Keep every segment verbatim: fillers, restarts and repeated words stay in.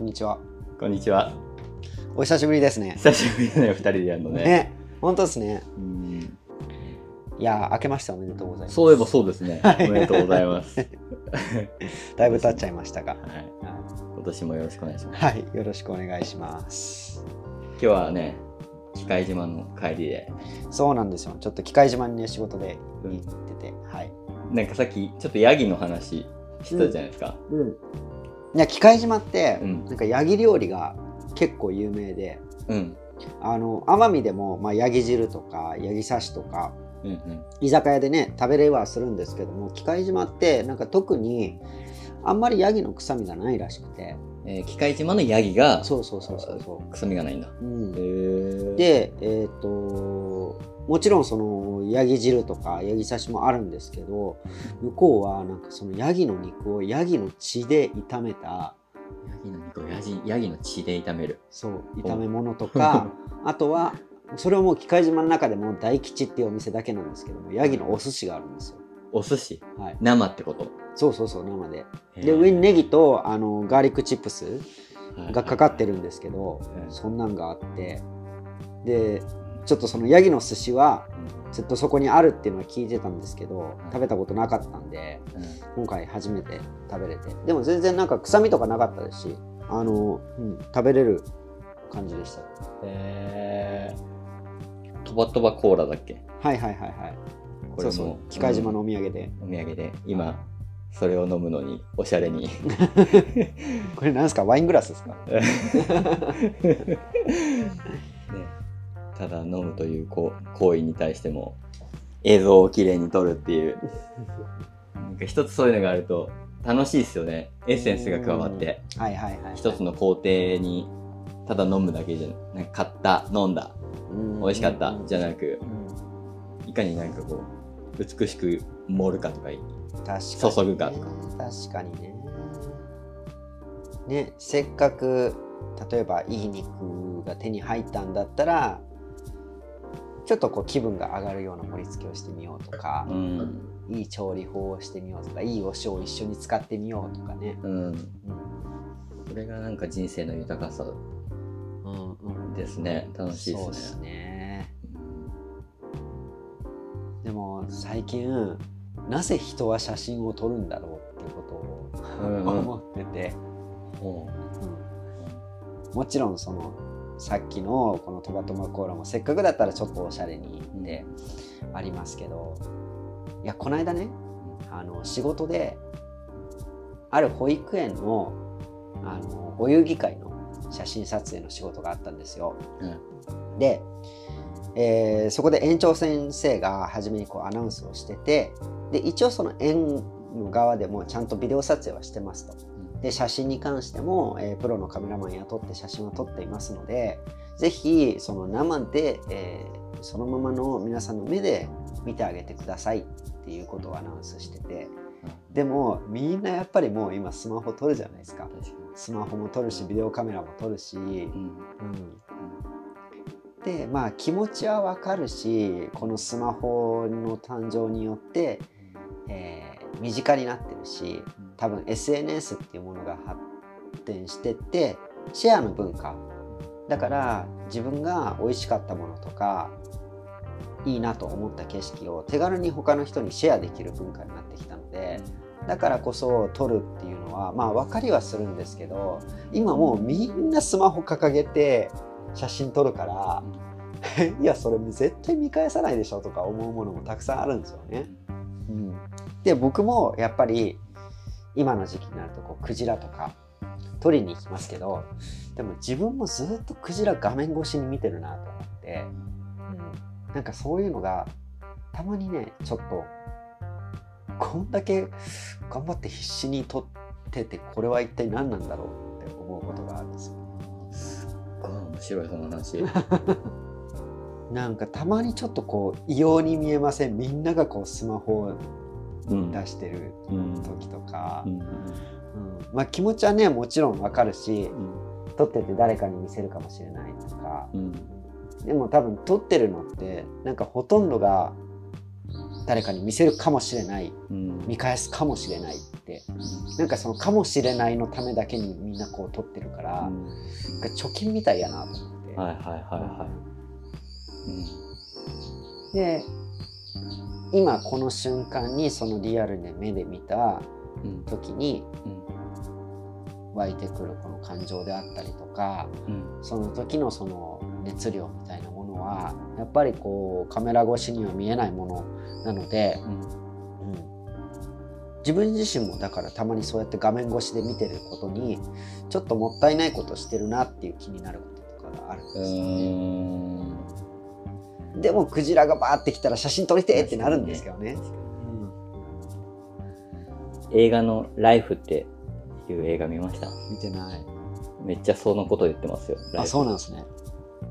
にちは。 こんにちは。 お久しぶりですね。 久しぶりだね、ふたりでやるのね。 ね、本当ですね。 うん。 いや、明けましておめでとうございます。 そういえばそうですね。おめでとうございます。 だいぶ経っちゃいましたが、はい、 今年もよろしくお願いします。 はい、よろしくお願いします。 今日はね、喜界島の帰りで。 そうなんですよ。ちょっと喜界島にね、仕事で行ってて、うん、はい。 なんかさっきちょっとヤギの話したじゃないですか。うん。うん、 いや、喜界島って、 うん、 なんかヤギ料理が結構有名で、 うん、 あの奄美でも、まあ、ヤギ汁とかヤギ刺しとか、うんうん、居酒屋でね食べれはするんですけども、喜界島ってなんか特にあんまりヤギの臭みがないらしくて、 えー、喜界島のヤギがそうそうそうそうそう臭みがないんだ。 うん、へでえっ、ー、ともちろんそのヤギ汁とかヤギ刺しもあるんですけど、向こうはなんかそのヤギの肉をヤギの血で炒めた、 ヤギの肉をヤギ、ヤギの血で炒める、 そう炒め物とかあとはそれはもう喜界島の中でも大吉っていうお店だけなんですけども、ヤギのお寿司があるんですよ。 お寿司、 はい、 生ってこと？ そうそうそう、生で。で上にネギとあのガーリックチップスがかかってるんですけど、そんなんがあって、でちょっとそのヤギの寿司はずっとそこにあるっていうのは聞いてたんですけど、食べたことなかったんで、今回初めて食べれて、でも全然なんか臭みとかなかったですし、あの、うん、食べれる感じでした。 へー。トバトバコーラだっけ？ はいはいはいはい。これもそうそう、喜界島のお土産で、 うん、お土産で今それを飲むのにおしゃれにこれなんですか、ワイングラスですか？ ね、ただ飲むという行為に対しても映像をきれいに撮るっていうなんか一つそういうのがあると楽しいですよね。エッセンスが加わって、 はいはいはいはい、 一つの工程にただ飲むだけじゃなんか買った飲んだ美味しかったじゃなく、いかになんかこう美しく盛るかとか注ぐかとか。 確かにね。ね、せっかく例えばいい肉が手に入ったんだったら、ちょっとこう気分が上がるような盛り付けをしてみようとか、うん、いい調理法をしてみようとか、いいお塩を一緒に使ってみようとかね。うんうん、 それがなんか人生の豊かさですね。楽しいですね。そうですね。 でも最近なぜ人は写真を撮るんだろうっていうことを、うん、思ってて、うん、もちろんそのさっきのこのトバトマコーラもせっかくだったらちょっとおしゃれにってありますけど、いやこの間ね、あの仕事である保育園のあのお遊戯会の写真撮影の仕事があったんですよ。うん、で、えー、そこで園長先生が初めにこうアナウンスをしてて、で一応その園の側でもちゃんとビデオ撮影はしてますと。で写真に関しても、えー、プロのカメラマン雇って写真を撮っていますので、ぜひその生で、えー、そのままの皆さんの目で見てあげてくださいっていうことをアナウンスしてて、でもみんなやっぱりもう今スマホ撮るじゃないですか。スマホも撮るしビデオカメラも撮るし、うんうん、でまあ気持ちはわかるし、このスマホの誕生によって、えー、身近になってるし、多分 エスエヌエス っていうものが発展してってシェアの文化だから、自分が美味しかったものとかいいなと思った景色を手軽に他の人にシェアできる文化になってきたので、だからこそ撮るっていうのはまあ分かりはするんですけど、今もうみんなスマホ掲げて写真撮るからいやそれ絶対見返さないでしょとか思うものもたくさんあるんですよね。うん、で僕もやっぱり今の時期になるとこうクジラとか撮りに行きますけど、でも自分もずっとクジラ画面越しに見てるなと思って、うん、なんかそういうのがたまにね、ちょっとこんだけ頑張って必死に撮っててこれは一体何なんだろうって思うことがあるんですよ。 すっごい面白いその話なんかたまにちょっとこう異様に見えません？みんながこうスマホを出してる時とか、うんうんうん、まあ気持ちはねもちろんわかるし、うん、撮ってて誰かに見せるかもしれないとか、うん、でも多分撮ってるのってなんかほとんどが誰かに見せるかもしれない、うん、見返すかもしれないって、なんかそのかもしれないのためだけにみんなこう取ってるから、うん、なんか貯金みたいやなと思って。 はいはいはいはい。 うん、で今この瞬間にそのリアルで目で見た時に湧いてくるこの感情であったりとか、うん、その時のその熱量みたいなものはやっぱりこうカメラ越しには見えないものなので、うんうん、自分自身もだからたまにそうやって画面越しで見てることにちょっともったいないことしてるなっていう気になることとかがあるんですよね。でもクジラがバーってきたら写真撮りてってなるんですけどね。 うん、映画の「ライフ」っていう映画見ました？ 見てない。 めっちゃそのこと言ってますよ。 あ、そうなんですね。 うん、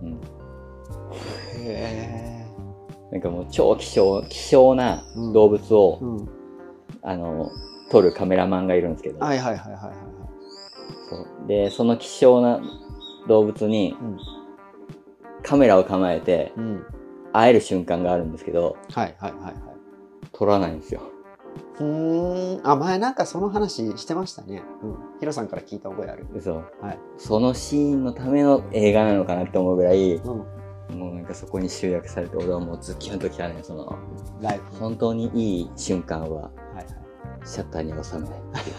へー。なんかもう超希少希少な動物を、うんうん、あの撮るカメラマンがいるんですけど。 はいはいはいはいはい。 そうでその希少な動物に、うん、カメラを構えて、うん、会える瞬間があるんですけど、 はいはいはいはい。 撮らないんですよ。 うーん。あ、前なんかその話してましたね。うん。ヒロさんから聞いた覚えある。 そう。はい。そのシーンのための映画なのかなって思うぐらい、うん、もうなんかそこに集約されて、俺はもうズキュンときたね、そのライフ。本当にいい瞬間は、はいはい、シャッターに収めないっていう。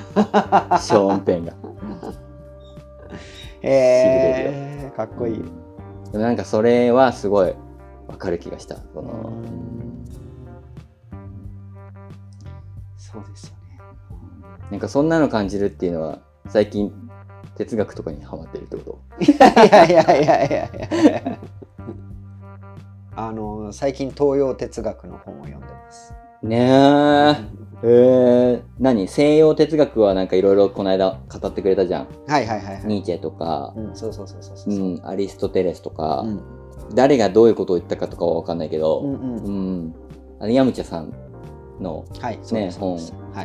ショーンペンが。 へー、かっこいい。 でもなんかそれはすごいわかる気がした。そのそうですよね。 なんかそんなの感じるっていうのは最近哲学とかにハマってるってこと？ いやいやいやいやいやあの最近東洋哲学の本を読んでます。 ねえ。えー、何西洋哲学はなんかいろいろこの間語ってくれたじゃん。 はいはいはい、はい、 ニーチェとか、 うん、そうそうそうそうそう、 うん、アリストテレスとか、うん、誰がどういうことを言ったかとかは分かんないけど、うんうんうん、あのヤムチャさんの、はい、ね、本、はい、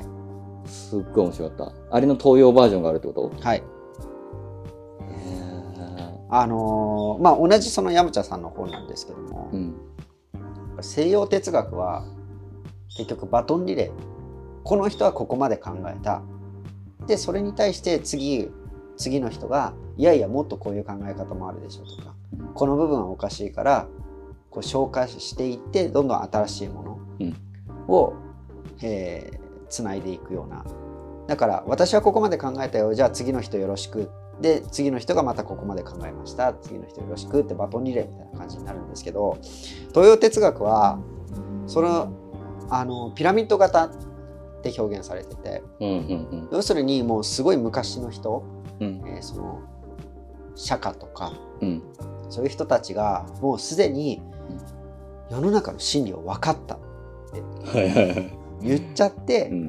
すっごい面白かった。あれの東洋バージョンがあるってこと？ はい。あのー、まあ同じそのヤムチャさんの本なんですけども、うん、西洋哲学は結局バトンリレー。この人はここまで考えた。でそれに対して次次の人がいやいやもっとこういう考え方もあるでしょとか、この部分はおかしいからこう消化していってどんどん新しいものを、うんえー、つないでいくような。だから私はここまで考えたよ、じゃあ次の人よろしく、で次の人がまたここまで考えました、次の人よろしくってバトンリレーみたいな感じになるんですけど、東洋哲学はそのあのピラミッド型って表現されてて、うんうんうん、要するにもうすごい昔の人、うんえー、その釈迦とか、うん、そういう人たちがもうすでに世の中の真理を分かったって言っちゃって、うん、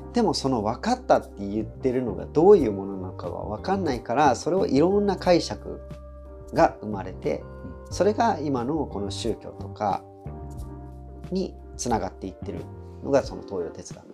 でもその分かったって言ってるのがどういうものなのかは分かんないから、それをいろんな解釈が生まれて、それが今のこの宗教とかにつながっていってるのがその東洋哲学。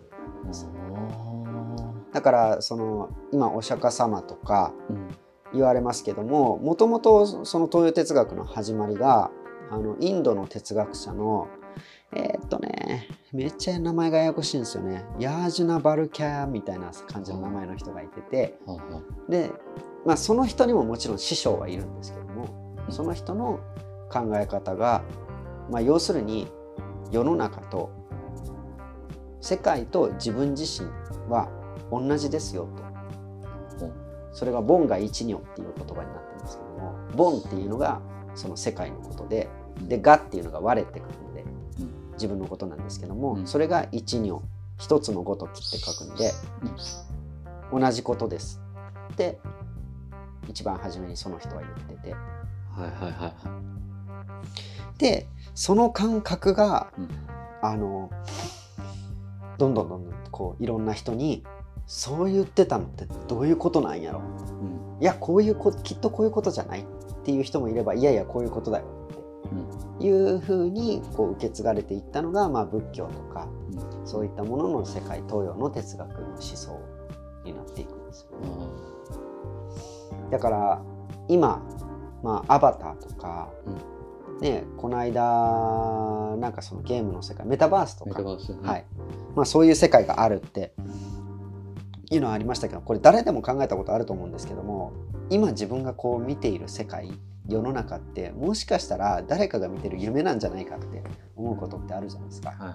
だからその今お釈迦様とか言われますけども、もともとその東洋哲学の始まりがあのインドの哲学者のえー、っとねめっちゃ名前がややこしいんですよね。ヤージュナ・バルキャーみたいな感じの名前の人がいてて、で、まあ、その人にももちろん師匠はいるんですけども、その人の考え方が、まあ、要するに世の中と世界と自分自身は同じですよと、うん、それがボンが一如っていう言葉になってるんですけども、ボンっていうのがその世界のことで、うん、でガっていうのが我って書くので、うん、自分のことなんですけども、うん、それが一如、一つのごときって書くんで、うん、同じことですって一番初めにその人は言ってて、はいはいはい、でその感覚が、うん、あのどんどんどんどんこういろんな人にそう言ってたのってどういうことなんやろ、うん、いやこういうこきっとこういうことじゃないっていう人もいれば、いやいやこういうことだよっていうふうにこう受け継がれていったのが、まあ、仏教とか、うん、そういったものの世界、東洋の哲学の思想になっていくんですよね。うん、だから今、まあ、アバターとか、うんね、この間なんかそのゲームの世界メタバースとか、はいはい、まあ、そういう世界があるっていうのはありましたけど、これ誰でも考えたことあると思うんですけども、今自分がこう見ている世界、世の中ってもしかしたら誰かが見てる夢なんじゃないかって思うことってあるじゃないですか。はい、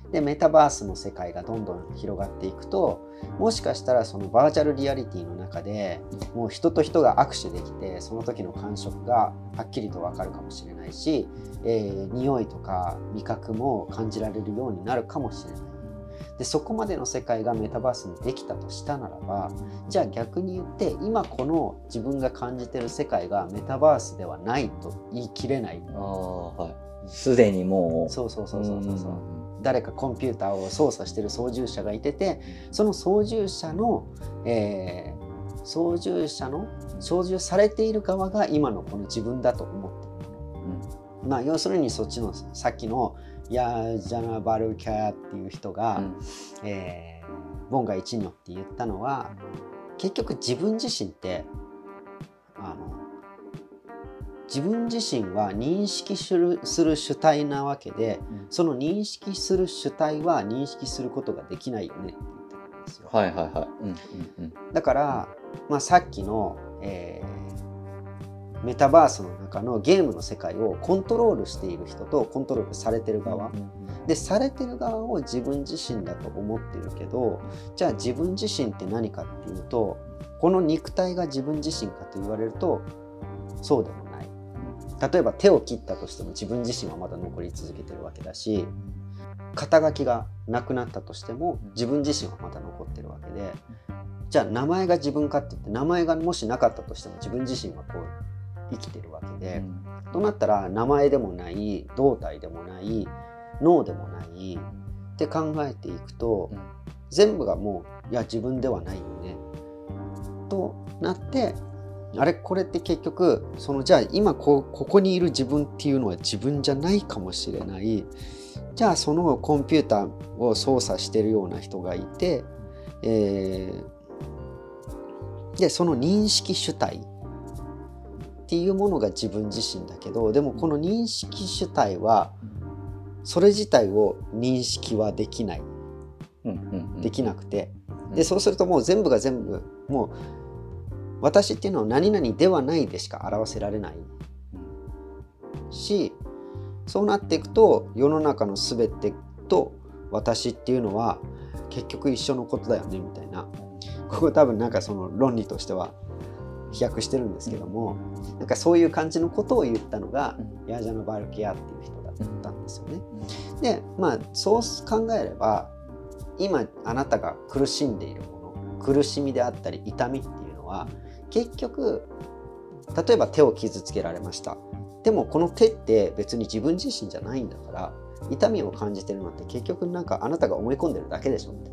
でメタバースの世界がどんどん広がっていくと、もしかしたらそのバーチャルリアリティの中でもう人と人が握手できて、その時の感触がはっきりと分かるかもしれないし、えー、匂いとか味覚も感じられるようになるかもしれない。でそこまでの世界がメタバースにできたとしたならば、じゃあ逆に言って今この自分が感じてる世界がメタバースではないと言い切れない。 あ、はい、すでにもうそうそうそうそうそうそう、誰かコンピューターを操作してる操縦者がいてて、その操縦者の、えー、操縦者の操縦されている側が今のこの自分だと思っているもの、うん、まあ要するにそっちのさっきのヤージャナ・バルキャーっていう人が、うんえー、ボンガ一如って言ったのは、結局自分自身ってあの自分自身は認識する、する主体なわけで、うん、その認識する主体は認識することができないよねって言ったんですよ。 はいはいはい。うんうんうん、 だから、まあ、さっきの、えー、メタバースの中のゲームの世界をコントロールしている人とコントロールされてる側、うんうんうん、でされてる側を自分自身だと思ってるけど、じゃあ自分自身って何かっていうと、この肉体が自分自身かと言われるとそうでもない。例えば手を切ったとしても自分自身はまだ残り続けてるわけだし、肩書きがなくなったとしても自分自身はまだ残ってるわけで、じゃあ名前が自分かって言って、名前がもしなかったとしても自分自身はこう生きてるわけで、うん、となったら名前でもない胴体でもない脳でもないって考えていくと、うん、全部がもういや自分ではないよねとなって、あれこれって結局そのじゃあ今こここにいる自分っていうのは自分じゃないかもしれない。じゃあそのコンピューターを操作してるような人がいて、えー、でその認識主体っていうものが自分自身だけど、でもこの認識主体はそれ自体を認識はできない、うんうんうん、できなくて、でそうするともう全部が全部もう私っていうのは何々ではないでしか表せられないし、そうなっていくと世の中の全てと私っていうのは結局一緒のことだよねみたいな、ここ多分なんかその論理としては飛躍してるんですけども、なんかそういう感じのことを言ったのがヤージャナ・バルキアっていう人だったんですよね。でまあそう考えれば、今あなたが苦しんでいるもの、苦しみであったり痛みっていうのは結局、例えば手を傷つけられました。でもこの手って別に自分自身じゃないんだから、痛みを感じてるのって結局なんかあなたが思い込んでるだけでしょって。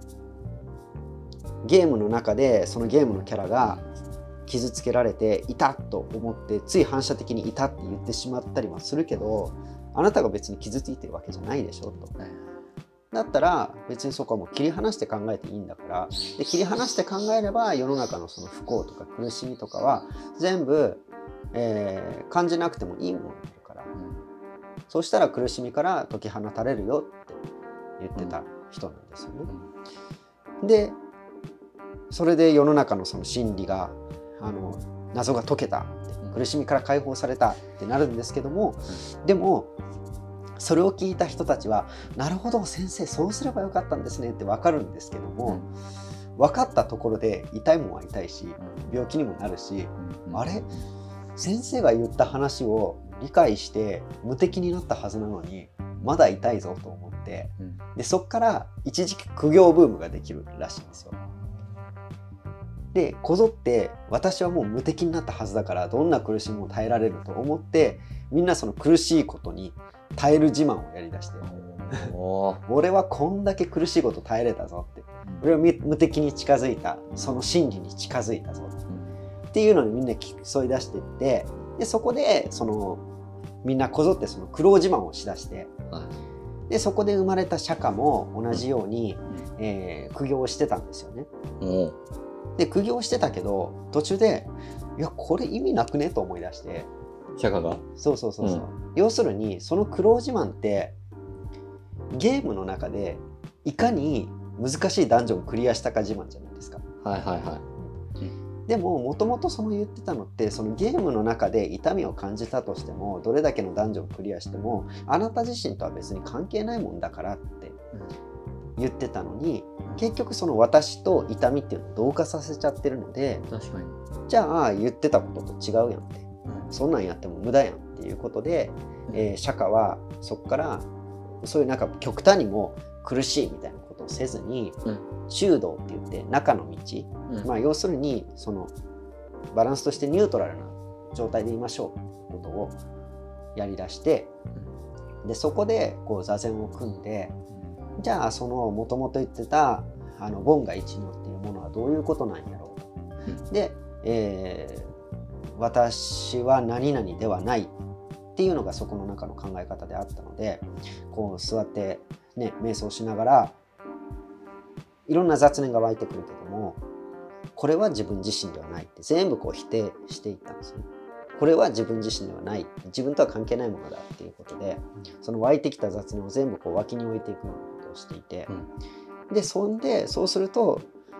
ゲームの中でそのゲームのキャラが傷つけられていたと思ってつい反射的にいたって言ってしまったりもするけど、あなたが別に傷ついてるわけじゃないでしょと。だったら別にそこはもう切り離して考えていいんだから、で切り離して考えれば世の中のその不幸とか苦しみとかは全部、えー、感じなくてもいいものになるから、うん、そうしたら苦しみから解き放たれるよって言ってた人なんですよね。うん、でそれで世の中のその真理があの謎が解けたって、苦しみから解放されたってなるんですけども、うん、でもそれを聞いた人たちはなるほど先生そうすればよかったんですねって分かるんですけども、うん、分かったところで痛いもんは痛いし病気にもなるし、うん、あれ先生が言った話を理解して無敵になったはずなのにまだ痛いぞと思って、うん、でそっから一時期苦行ブームができるらしいんですよ。でこぞって私はもう無敵になったはずだからどんな苦しみも耐えられると思ってみんなその苦しいことに耐える自慢をやりだして俺はこんだけ苦しいこと耐えれたぞって、俺は無敵に近づいた、その真理に近づいたぞっていうのにみんな競い出していって、でそこでそのみんなこぞってその苦労自慢をしだして、でそこで生まれた釈迦も同じように、えー、苦行をしてたんですよね。で苦行してたけど途中でいやこれ意味なくねと思い出して、 釈迦がそうそうそうそう、うん、要するにその苦労自慢ってゲームの中でいかに難しいダンジョンをクリアしたか自慢じゃないですか。 はいはいはい。 うん、でももともとその言ってたのってそのゲームの中で痛みを感じたとしてもどれだけのダンジョンをクリアしてもあなた自身とは別に関係ないもんだからって言ってたのに、結局その私と痛みっていうのを同化させちゃってるので、 確かにじゃあ言ってたことと違うやんって、うん、そんなんやっても無駄やんっていうことで、うんえー、釈迦はそこからそういうなんか極端にも苦しいみたいなことをせずに、うん、中道って言って中の道、うんまあ、要するにそのバランスとしてニュートラルな状態でいましょうってことをやりだして、でそこでこう座禅を組んで、じゃあそのもともと言ってたあの凡が一如っていうものはどういうことなんやろうと、うん、で、えー、私は何々ではないっていうのがそこの中の考え方であったので、こう座ってね瞑想しながらいろんな雑念が湧いてくるけども、これは自分自身ではないって全部こう否定していったんですね。これは自分自身ではない、自分とは関係ないものだっていうことで、その湧いてきた雑念を全部こう脇に置いていくようなことをしていて、うん、でそんでそうすると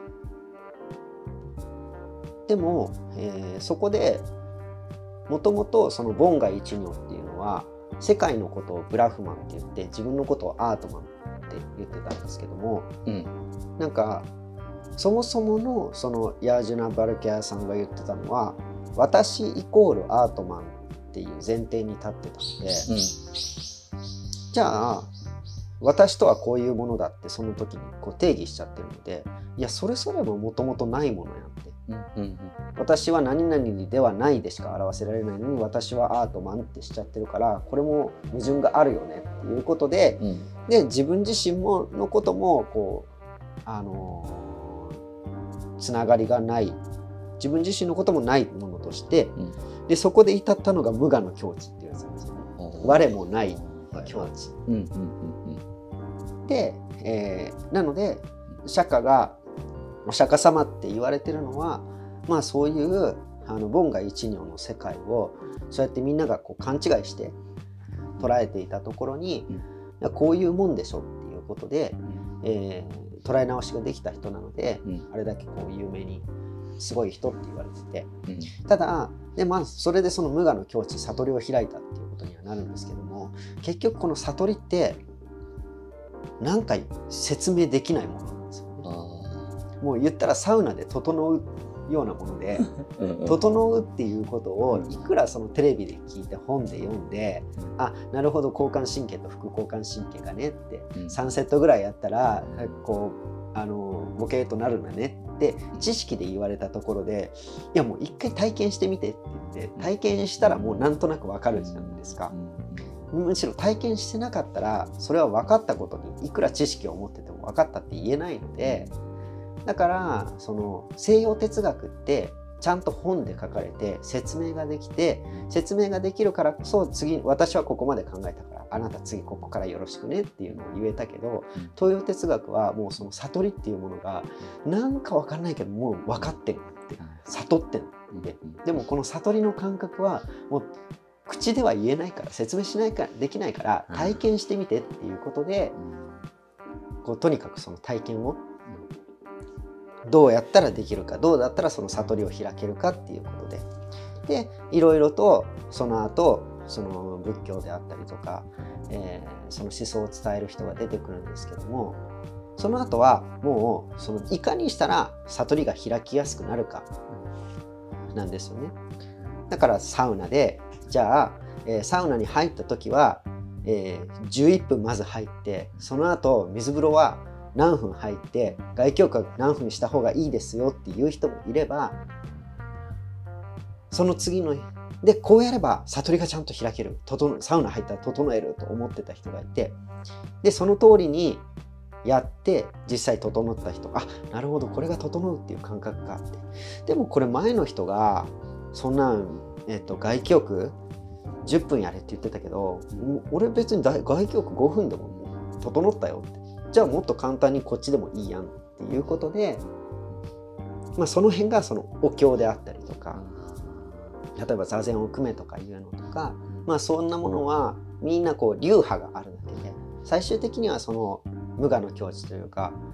でも、えー、そこでもともとその凡が一如っていうのは世界のことをブラフマンって言って自分のことをアートマンって言ってたんですけども、うん、なんかそもそものそのヤージュナ・バルキャーさんが言ってたのは私イコールアートマンっていう前提に立ってたので、うん、じゃあ私とはこういうものだってその時にこう定義しちゃってるので、いやそれぞれももともとないものやんって、うんうんうん、私は何々ではないでしか表せられないのに私はアートマンってしちゃってるから、これも矛盾があるよねっていうことで、うん、で自分自身ものこともこうあのー、つながりがない、自分自身のこともないものとして、うん、でそこで至ったのが無我の境地っていうやつなんですよね。我もない境地、はいうんうんうん、で、えー、なので釈迦がお釈迦様って言われてるのは、まあそういうあの凡が一如の世界をそうやってみんながこう勘違いして捉えていたところに、うん、こういうもんでしょっていうことで、うんえー、捉え直しができた人なので、うん、あれだけこう有名にすごい人って言われてて、うん、ただで、まあ、それでその無我の境地悟りを開いたっていうことにはなるんですけども、結局この悟りって何か説明できないものなんですよね。もう言ったらサウナで整うようなものでうん、整うっていうことをいくらそのテレビで聞いて本で読んで、うん、あなるほど交感神経と副交感神経がねって、うん、さんセットぐらいやったらこうあのボケーとなるんだねって知識で言われたところで、いやもう一回体験してみてって言って体験したらもうなんとなくわかるじゃないですか。むしろ体験してなかったらそれは分かったことにいくら知識を持ってても分かったって言えないので、だからその西洋哲学ってちゃんと本で書かれて説明ができて、説明ができるからこそ次私はここまで考えたからあなた次ここからよろしくねっていうのを言えたけど、東洋哲学はもうその悟りっていうものがなんか分かんないけどもう分かってるって悟ってるって、でもこの悟りの感覚はもう口では言えないから説明しないからできないから体験してみてっていうことで、こうとにかくその体験をどうやったらできるか、どうだったらその悟りを開けるかっていうことで、でいろいろとその後その仏教であったりとか、えー、その思想を伝える人が出てくるんですけども、その後はもうそのいかにしたら悟りが開きやすくなるかなんですよね。だからサウナでじゃあ、えー、サウナに入った時は、えー、じゅういっぷんまず入って、その後水風呂は何分入って外気浴は何分した方がいいですよっていう人もいれば、その次のでこうやれば悟りがちゃんと開ける、整サウナ入ったら整えると思ってた人がいて、でその通りにやって実際整った人、あなるほどこれが整うっていう感覚があって、でもこれ前の人がそんな、えっと、外気浴じゅっぷんやれって言ってたけど、俺別に外気浴ごふんでも整ったよって、じゃあもっと簡単にこっちでもいいやんっていうことで、まあ、その辺がそのお経であったりとか、例えば座禅を組めとかいうのとか、まあ、そんなものはみんなこう流派があるだけで、最終的にはその無我の境地というか、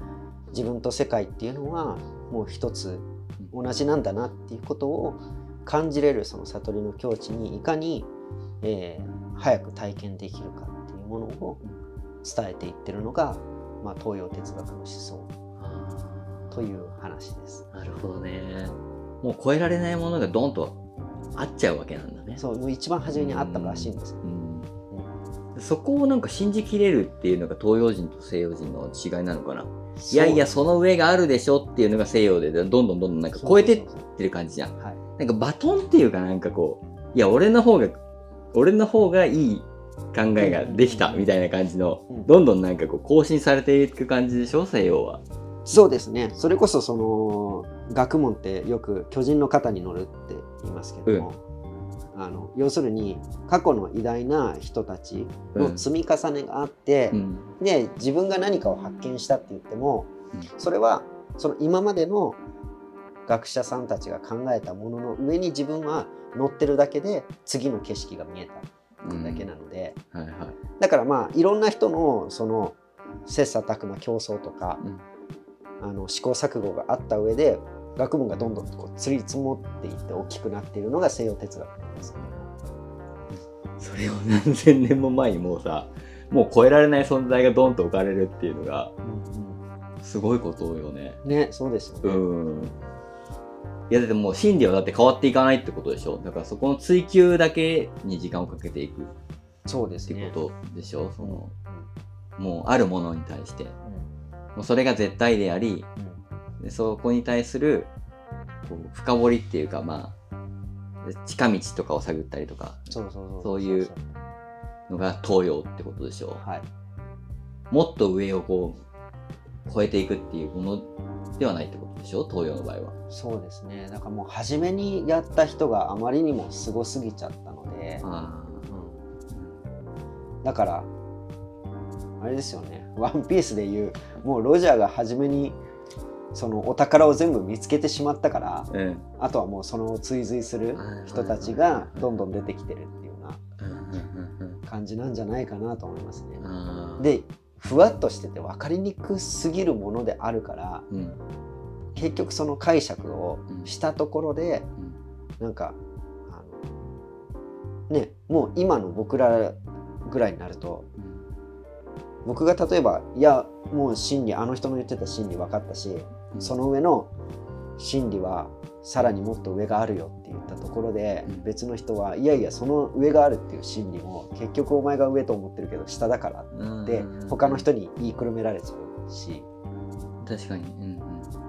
自分と世界っていうのはもう一つ同じなんだなっていうことを感じれるその悟りの境地にいかに、えー、早く体験できるかっていうものを伝えていってるのが、まあ、東洋哲学の思想という話です。 なるほどね。もう超えられないものがドンとあっちゃうわけなんだね。 そう、もう一番初めにあったらしいんですよ、 うんうん、そこをなんか信じきれるっていうのが東洋人と西洋人の違いなのかな。いやいやその上があるでしょっていうのが西洋でどんどんどんどんなんか超えてってる感じじゃん。なんかバトンっていうかなんかこういや俺の方が俺の方がいい考えができたみたいな感じの、うん、どんどんなんかこう更新されていく感じでしょ西洋は。 そうですね。それこそその学問ってよく巨人の肩に乗るって言いますけども、うん、あの要するに過去の偉大な人たちの積み重ねがあって、うん、で自分が何かを発見したって言っても、うん、それはその今までの学者さんたちが考えたものの上に自分は乗ってるだけで次の景色が見えただけなので、うんはいはい、だからまあいろんな人のその切磋琢磨競争とか、うんあの試行錯誤があった上で学問がどんどんこう積り積もっていって大きくなっているのが西洋哲学なんです。 それを何千年も前にもうさもう超えられない存在がドンと置かれるっていうのが、うんうん、すごいことよね。 ね、そうですよね。 うんいやだってもう真理はだって変わっていかないってことでしょ。だからそこの追求だけに時間をかけていくそうですねってことでしょ。その、うん、もうあるものに対して、うんもうそれが絶対であり、うん、でそこに対するこう深掘りっていうかまあ近道とかを探ったりとかそういうのが東洋ってことでしょう、はい、もっと上をこう超えていくっていうものではないってことでしょ東洋の場合は。 そうですね。だからもう初めにやった人があまりにもすごすぎちゃったので、あ、うん、だからあれですよね。ワンピースでいうもうロジャーが初めにそのお宝を全部見つけてしまったから、うん、あとはもうその追随する人たちがどんどん出てきてるっていうような感じなんじゃないかなと思いますね。でふわっとしてて分かりにくすぎるものであるから、うん、結局その解釈をしたところで、うん、なんかあのねもう今の僕らぐらいになると、僕が例えばいやもう真理あの人の言ってた真理分かったし、うん、その上の真理はさらにもっと上があるよって言ったところで、うん、別の人はいやいやその上があるっていう真理も結局お前が上と思ってるけど下だからって他の人に言いくるめられちゃうし。 確かに、うんうん、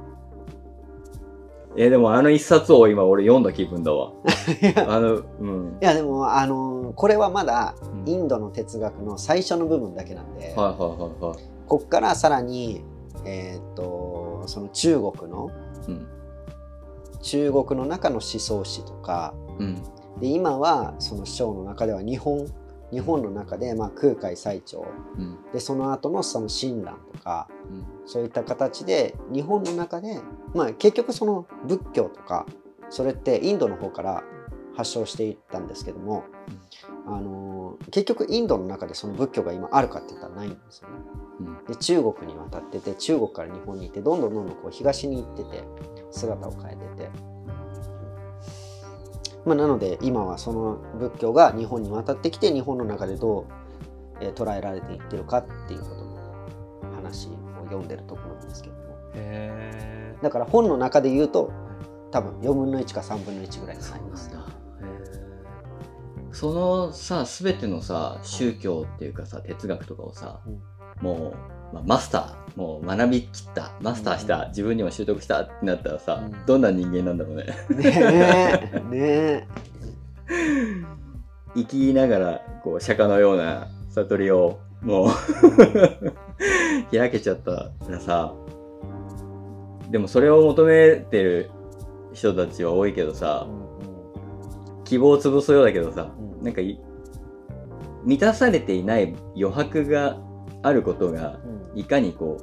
えでもあの一冊を今俺読んだ気分だわあの、うん、 いやでもあのこれはまだインドの哲学の最初の部分だけなんで、こっからさらに、えー、とその中国の、うん、中国の中の思想史とか、うん、で今はその章の中では日本日本の中で、まあ、空海最澄、うん、でその後のその親鸞とか、うん、そういった形で日本の中で、まあ、結局その仏教とかそれってインドの方から発祥していったんですけども、うん、あのー、結局インドの中でその仏教が今あるかって言ったらないんですよね。うん、で中国に渡ってて中国から日本に行ってどんどんどんどんこう東に行ってて姿を変えてて、まあ、なので今はその仏教が日本に渡ってきて日本の中でどう、えー、捉えられていってるかっていうことの話を読んでるところなんですけども、へー、だから本の中で言うと多分よんぶんのいちかさんぶんのいちぐらいになります。 そのさ全てのさ宗教っていうかさ哲学とかをさ、うん、もう、まあ、マスターもう学びきったマスターした、うん、自分にも習得したってなったらさ、うん、どんな人間なんだろうね。ねえねえ生きながらこう釈迦のような悟りをもう開けちゃったらさ、でもそれを求めてる人たちは多いけどさ、うんうん、希望を潰すようだけどさ、うん、なんか満たされていない余白があることが、うん、いかにこ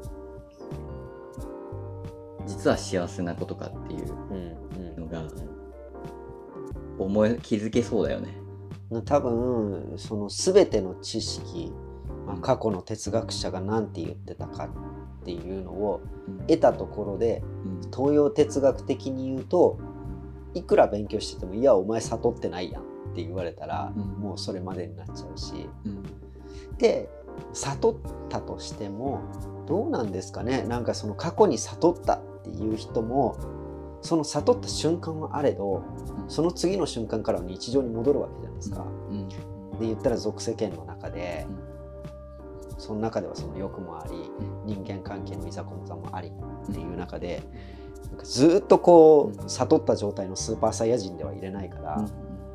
う実は幸せなことかっていうのが思い気づけそうだよね。 多分その全ての知識、まあ、過去の哲学者が何て言ってたかってっていうのを得たところで、 うん、 東洋哲学的に言うといくら勉強しててもいやお前悟ってないやんって言われたら、うん、もうそれまでになっちゃうし、うん、で悟ったとしてもどうなんですかね。なんかその過去に悟ったっていう人もその悟った瞬間はあれど、うん、その次の瞬間からは日常に戻るわけじゃないですか、うん、で言ったら俗世間の中で、うん、その中ではその欲もあり、うん、人間関係のいざこざもありっていう中で、うん、なんかずっとこう、うん、悟った状態のスーパーサイヤ人ではいれないから、うん、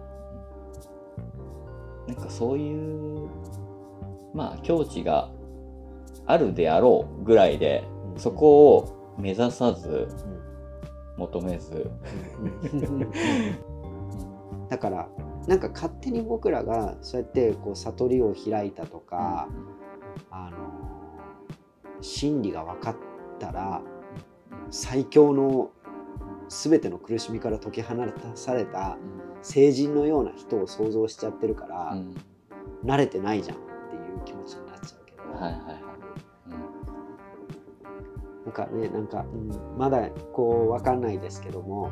なんかそういうまあ境地があるであろうぐらいで、うん、そこを目指さず、うん、求めずだからなんか勝手に僕らがそうやってこう悟りを開いたとか、うん、あの真理が分かったら最強の全ての苦しみから解き放された聖人のような人を想像しちゃってるから、うん、慣れてないじゃんっていう気持ちになっちゃうけど、はいはいはい、うん、なんかねなんか、うん、まだこう分かんないですけども、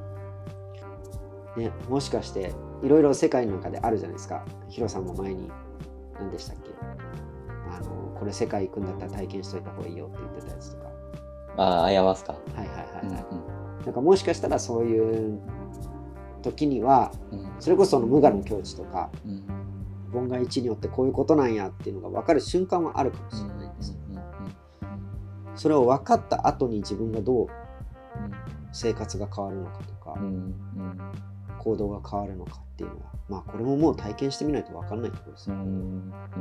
うんね、もしかしていろいろ世界の中であるじゃないですか。ヒロさんも前に何でしたっけ、あのこれ世界行くんだったら体験しといた方がいいよって言ってたやつとか。 ああ、アヤワスカ。 はいはいはいはい、うんうん、なんかもしかしたらそういう時には、うん、それこそその無我の境地とか、うん、凡が一によってこういうことなんやっていうのが分かる瞬間はあるかもしれないんですよ、うんうんうん、それを分かった後に自分がどう生活が変わるのかとか、うんうん、行動が変わるのかっていうのは、まあこれももう体験してみないと分かんないところですよね、うんうん、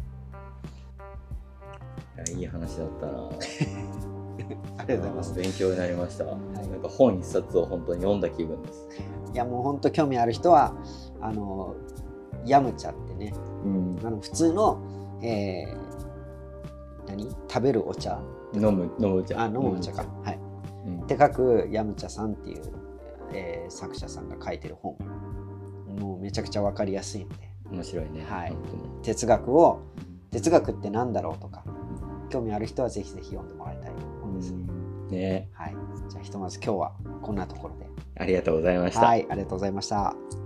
いやいい話だったなありがとうございます。 勉強になりました、はい、なんか本一冊を本当に読んだ気分です。 いやもう本当興味ある人はあのヤムチャってね、うん、あの普通の、えー、何食べるお茶飲む飲むお茶あ飲むお茶か、はい、うん、って書くヤムチャさんっていう、えー、作者さんが書いてる本、もうめちゃくちゃ分かりやすいので面白いね、 はい、哲学を哲学って何だろうとか興味ある人はぜひぜひ読んでもらいたい本です、うんね、はい、じゃあひとまず今日はこんなところでありがとうございました。 はい、ありがとうございました。